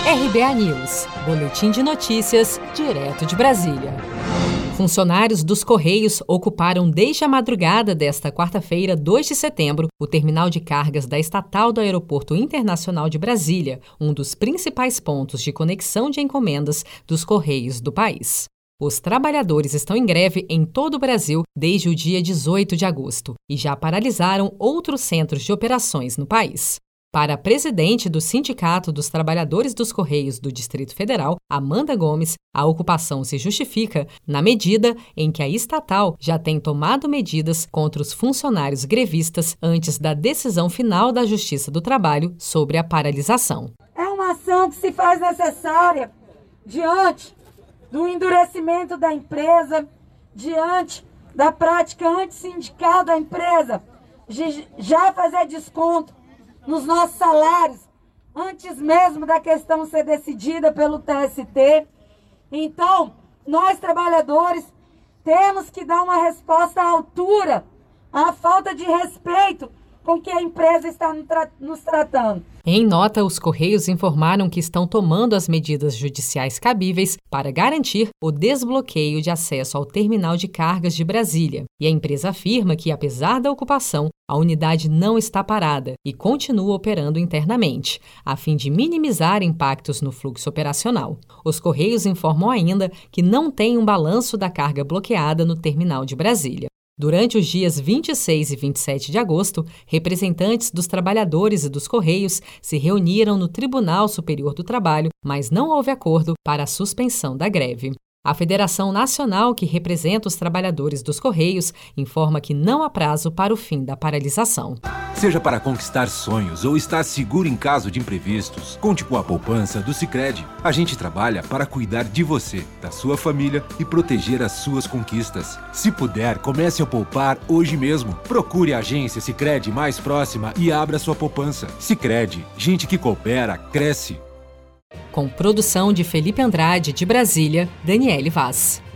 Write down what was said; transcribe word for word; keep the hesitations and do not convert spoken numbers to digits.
R B A News, boletim de notícias, direto de Brasília. Funcionários dos Correios ocuparam desde a madrugada desta quarta-feira, dois de setembro, o terminal de cargas da estatal do Aeroporto Internacional de Brasília, um dos principais pontos de conexão de encomendas dos Correios do país. Os trabalhadores estão em greve em todo o Brasil desde o dia dezoito de agosto e já paralisaram outros centros de operações no país. Para a presidente do Sindicato dos Trabalhadores dos Correios do Distrito Federal, Amanda Gomes, a ocupação se justifica na medida em que a estatal já tem tomado medidas contra os funcionários grevistas antes da decisão final da Justiça do Trabalho sobre a paralisação. É uma ação que se faz necessária diante do endurecimento da empresa, diante da prática antissindical da empresa, de já fazer desconto nos nossos salários, antes mesmo da questão ser decidida pelo T S T. Então, nós trabalhadores temos que dar uma resposta à altura à falta de respeito com que a empresa está nos tratando. Em nota, os Correios informaram que estão tomando as medidas judiciais cabíveis para garantir o desbloqueio de acesso ao terminal de cargas de Brasília. E a empresa afirma que, apesar da ocupação, a unidade não está parada e continua operando internamente, a fim de minimizar impactos no fluxo operacional. Os Correios informam ainda que não tem um balanço da carga bloqueada no terminal de Brasília. Durante os dias vinte e seis e vinte e sete de agosto, representantes dos trabalhadores e dos Correios se reuniram no Tribunal Superior do Trabalho, mas não houve acordo para a suspensão da greve. A Federação Nacional, que representa os trabalhadores dos Correios, informa que não há prazo para o fim da paralisação. Seja para conquistar sonhos ou estar seguro em caso de imprevistos, conte com a poupança do Sicredi. A gente trabalha para cuidar de você, da sua família e proteger as suas conquistas. Se puder, comece a poupar hoje mesmo. Procure a agência Sicredi mais próxima e abra sua poupança. Sicredi, gente que coopera, cresce. Com produção de Felipe Andrade, de Brasília, Daniele Vaz.